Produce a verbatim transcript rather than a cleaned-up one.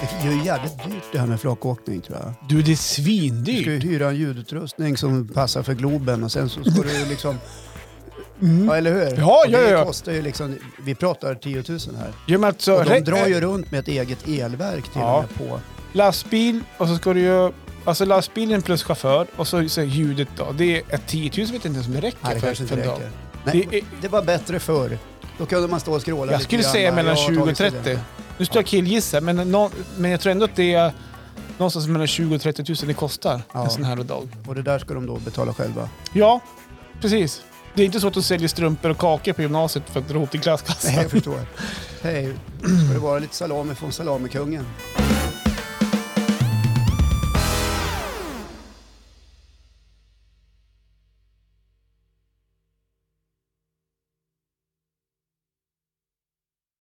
Det är ju jävligt dyrt det här med flakåkning, tror jag. Du, det är svindyrt. Du ska ju hyra en ljudutrustning som passar för Globen och sen så ska du liksom... Mm. Ja, eller hur? Ja, och ja, det ja. kostar ju liksom... Vi pratar tio tusen här. Ja, men alltså, och de re- drar ju runt med ett eget elverk till Ja. och med på. Lastbil och så ska du ju... Alltså lastbilen plus chaufför och så, så ljudet då. Det är ett tio tusen, vet inte om det räcker. Nej, det för, kanske inte för en dag. räcker. Nej, Det är- det var bättre förr. Då kunde man stå och skråla Jag lite skulle grann. säga mellan Jag har tjugo och tagit trettio. studenter. Nu står jag killgissa, men, nå- men jag tror ändå att det är någonstans mellan tjugo och trettio tusen det kostar Ja. en sån här dag. Och det där ska de då betala själva. Ja, precis. Det är inte så att de säljer strumpor och kakor på gymnasiet för att dra ihop till klasskassan. Nej, jag förstår. Hej, ska det vara lite salami från salamikungen?